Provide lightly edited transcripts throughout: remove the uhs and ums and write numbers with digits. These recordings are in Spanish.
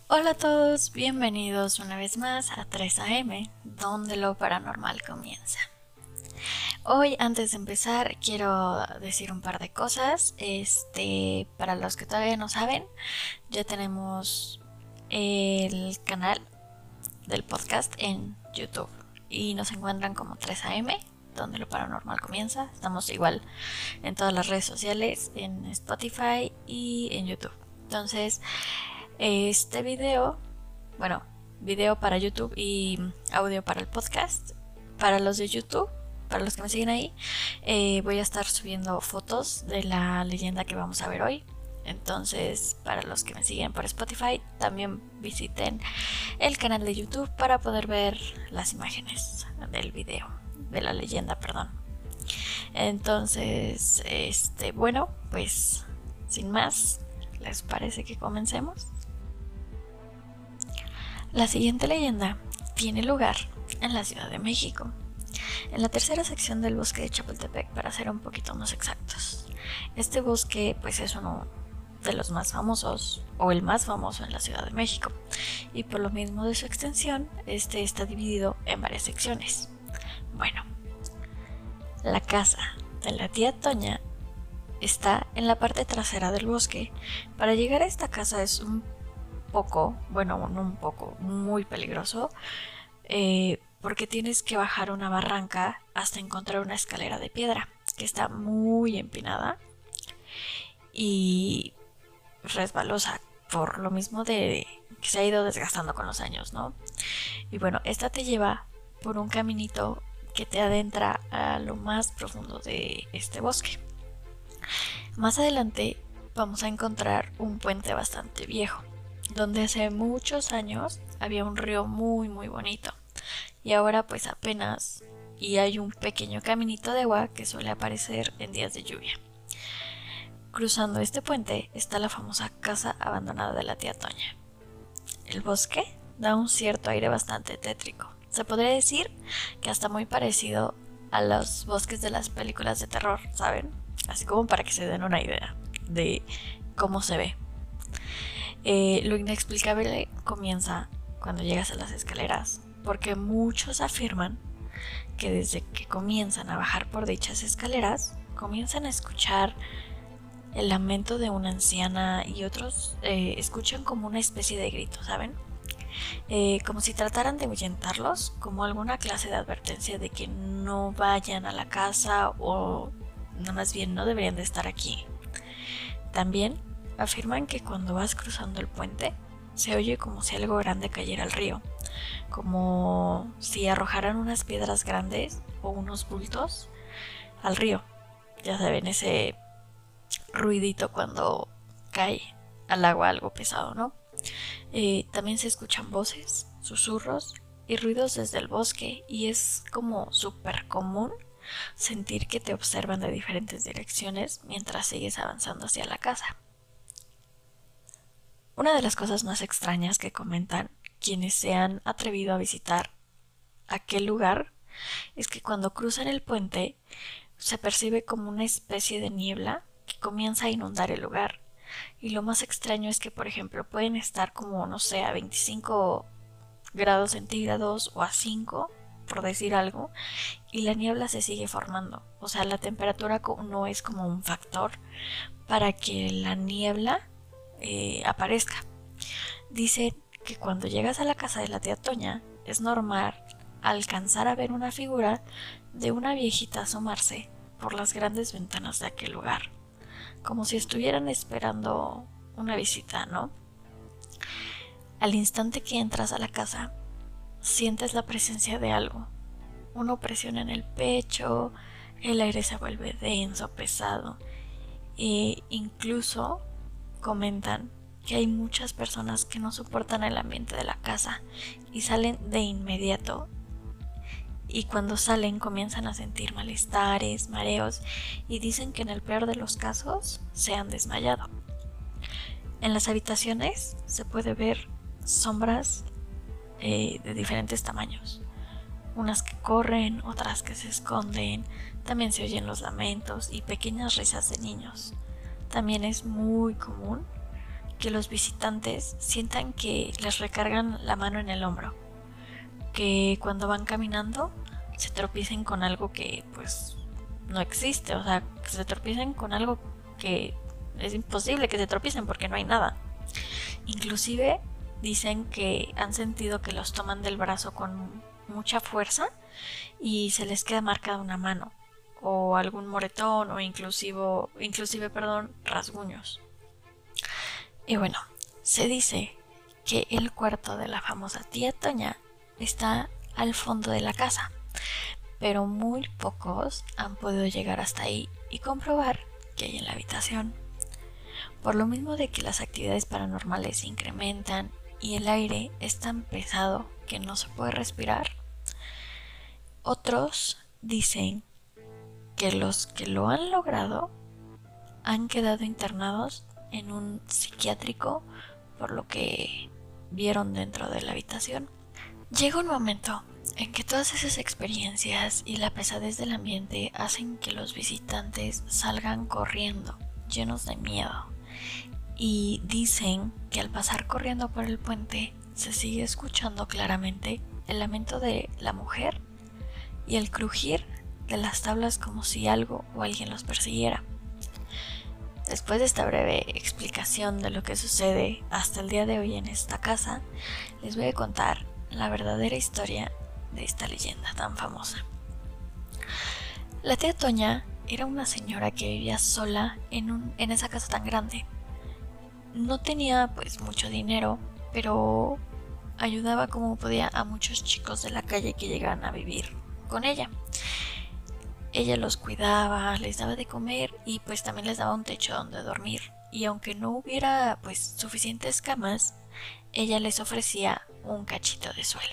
Hola a todos, bienvenidos una vez más a 3 AM, donde lo paranormal comienza. Hoy, antes de empezar, quiero decir un par de cosas. Para los que todavía no saben, ya tenemos el canal del podcast en YouTube y nos encuentran como 3 AM, donde lo paranormal comienza. Estamos igual en todas las redes sociales, en Spotify y en YouTube. Entonces, este video para YouTube y audio para el podcast. Para los de YouTube, para los que me siguen ahí, voy a estar subiendo fotos de la leyenda que vamos a ver hoy. Entonces, para los que me siguen por Spotify, también visiten el canal de YouTube para poder ver las imágenes del video, de la leyenda, perdón. Entonces, pues sin más, ¿les parece que comencemos? La siguiente leyenda tiene lugar en la Ciudad de México, en la tercera sección del bosque de Chapultepec, para ser un poquito más exactos. Este bosque pues es uno de los más famosos, o el más famoso en la Ciudad de México, y por lo mismo de su extensión, está dividido en varias secciones. Bueno, la casa de la tía Toña está en la parte trasera del bosque. Para llegar a esta casa es muy peligroso, porque tienes que bajar una barranca hasta encontrar una escalera de piedra que está muy empinada y resbalosa, por lo mismo de que se ha ido desgastando con los años, ¿no? Y bueno, esta te lleva por un caminito que te adentra a lo más profundo de este bosque. Más adelante vamos a encontrar un puente bastante viejo, donde hace muchos años había un río muy bonito, y ahora pues apenas, y hay un pequeño caminito de agua que suele aparecer en días de lluvia. Cruzando este puente está la famosa casa abandonada de la tía Toña. El bosque da un cierto aire bastante tétrico. Se podría decir que hasta muy parecido a los bosques de las películas de terror, ¿saben? Así como para que se den una idea de cómo se ve. Lo inexplicable comienza cuando llegas a las escaleras, porque muchos afirman que desde que comienzan a bajar por dichas escaleras, comienzan a escuchar el lamento de una anciana, y otros escuchan como una especie de grito, ¿saben? Como si trataran de ahuyentarlos, como alguna clase de advertencia de que no vayan a la casa, o no, más bien no deberían de estar aquí. También afirman que cuando vas cruzando el puente se oye como si algo grande cayera al río, como si arrojaran unas piedras grandes o unos bultos al río. Ya saben, ese ruidito cuando cae al agua algo pesado, ¿no? También se escuchan voces, susurros y ruidos desde el bosque, y es como súper común sentir que te observan de diferentes direcciones mientras sigues avanzando hacia la casa. Una de las cosas más extrañas que comentan quienes se han atrevido a visitar aquel lugar es que cuando cruzan el puente se percibe como una especie de niebla que comienza a inundar el lugar. Y lo más extraño es que, por ejemplo, pueden estar como, no sé, a 25 grados centígrados o a 5, por decir algo, y la niebla se sigue formando. O sea, la temperatura no es como un factor para que la niebla aparezca. Dicen que cuando llegas a la casa de la tía Toña es normal alcanzar a ver una figura de una viejita asomarse por las grandes ventanas de aquel lugar, como si estuvieran esperando una visita, ¿no? Al instante que entras a la casa, sientes la presencia de algo, una opresión en el pecho, el aire se vuelve denso, pesado, e incluso comentan que hay muchas personas que no soportan el ambiente de la casa y salen de inmediato, y cuando salen comienzan a sentir malestares, mareos, y dicen que en el peor de los casos se han desmayado. En las habitaciones se puede ver sombras de diferentes tamaños, unas que corren, otras que se esconden. También se oyen los lamentos y pequeñas risas de niños. También es muy común que los visitantes sientan que les recargan la mano en el hombro, que cuando van caminando se tropiecen con algo que pues no existe, o sea, que se tropiecen con algo que es imposible que se tropiecen porque no hay nada. Inclusive dicen que han sentido que los toman del brazo con mucha fuerza y se les queda marcada una mano o algún moretón o inclusive rasguños. Y bueno, se dice que el cuarto de la famosa tía Toña está al fondo de la casa, pero muy pocos han podido llegar hasta ahí y comprobar qué hay en la habitación. Por lo mismo de que las actividades paranormales se incrementan y el aire es tan pesado que no se puede respirar, otros dicen que los que lo han logrado han quedado internados en un psiquiátrico por lo que vieron dentro de la habitación. Llega un momento en que todas esas experiencias y la pesadez del ambiente hacen que los visitantes salgan corriendo, llenos de miedo. Y dicen que al pasar corriendo por el puente se sigue escuchando claramente el lamento de la mujer y el crujir de las tablas como si algo o alguien los persiguiera. Después de esta breve explicación de lo que sucede hasta el día de hoy en esta casa, les voy a contar la verdadera historia de esta leyenda tan famosa. La tía Toña era una señora que vivía sola en esa casa tan grande. No tenía pues mucho dinero, pero ayudaba como podía a muchos chicos de la calle que llegaban a vivir con ella. Ella los cuidaba, les daba de comer y pues también les daba un techo donde dormir. Y aunque no hubiera pues suficientes camas, ella les ofrecía un cachito de suelo.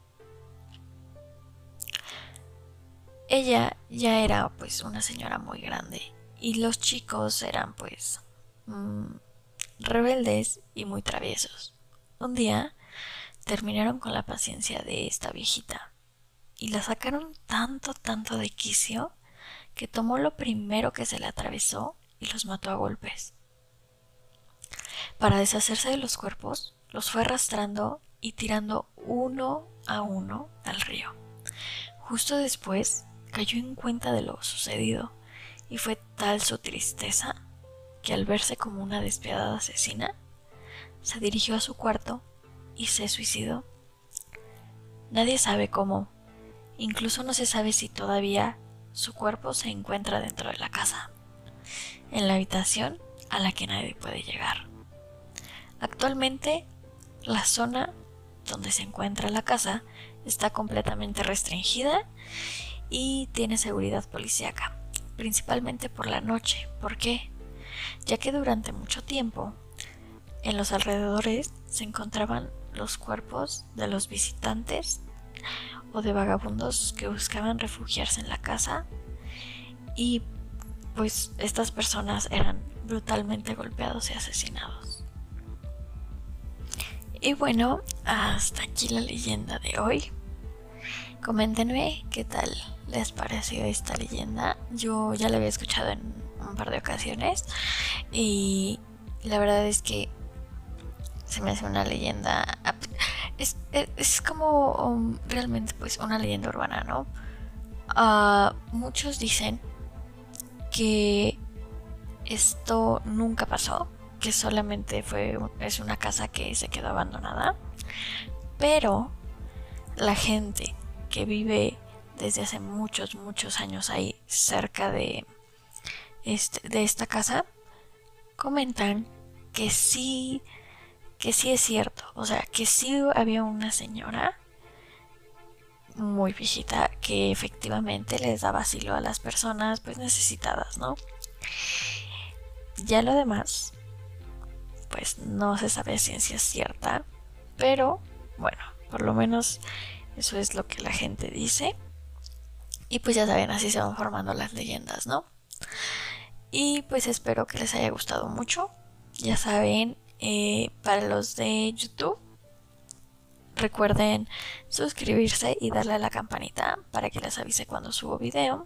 Ella ya era pues una señora muy grande y los chicos eran pues rebeldes y muy traviesos. Un día terminaron con la paciencia de esta viejita y la sacaron tanto de quicio que tomó lo primero que se le atravesó y los mató a golpes. Para deshacerse de los cuerpos, los fue arrastrando y tirando uno a uno al río. Justo después cayó en cuenta de lo sucedido y fue tal su tristeza que al verse como una despiadada asesina, se dirigió a su cuarto y se suicidó. Nadie sabe cómo. Incluso no se sabe si todavía su cuerpo se encuentra dentro de la casa, en la habitación a la que nadie puede llegar. Actualmente, la zona donde se encuentra la casa está completamente restringida y tiene seguridad policíaca, principalmente por la noche. ¿Por qué? Ya que durante mucho tiempo en los alrededores se encontraban los cuerpos de los visitantes o de vagabundos que buscaban refugiarse en la casa y pues estas personas eran brutalmente golpeados y asesinados. Y bueno, hasta aquí la leyenda de hoy. Coméntenme qué tal les pareció esta leyenda. Yo ya la había escuchado en un par de ocasiones y la verdad es que se me hace una leyenda. Es como realmente pues una leyenda urbana, ¿no? Muchos dicen que esto nunca pasó, que solamente es una casa que se quedó abandonada, pero la gente que vive desde hace muchos años ahí cerca de esta casa comentan que sí es cierto, o sea, que sí había una señora muy viejita que efectivamente les daba asilo a las personas pues necesitadas, ¿no? Ya lo demás pues no se sabe a ciencia cierta, pero bueno, por lo menos eso es lo que la gente dice. Y pues ya saben, así se van formando las leyendas, ¿no? Y pues espero que les haya gustado mucho. Ya saben, para los de YouTube, recuerden suscribirse y darle a la campanita para que les avise cuando subo video.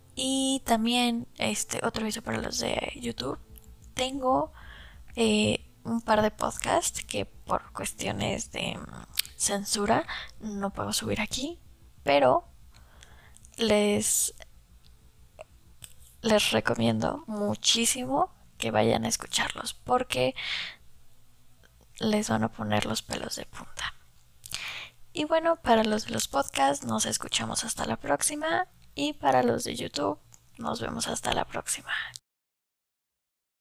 Y también otro aviso para los de YouTube. Tengo un par de podcasts que por cuestiones de censura no puedo subir aquí, pero les recomiendo muchísimo que vayan a escucharlos porque les van a poner los pelos de punta. Y bueno, para los de los podcasts nos escuchamos hasta la próxima y para los de YouTube nos vemos hasta la próxima.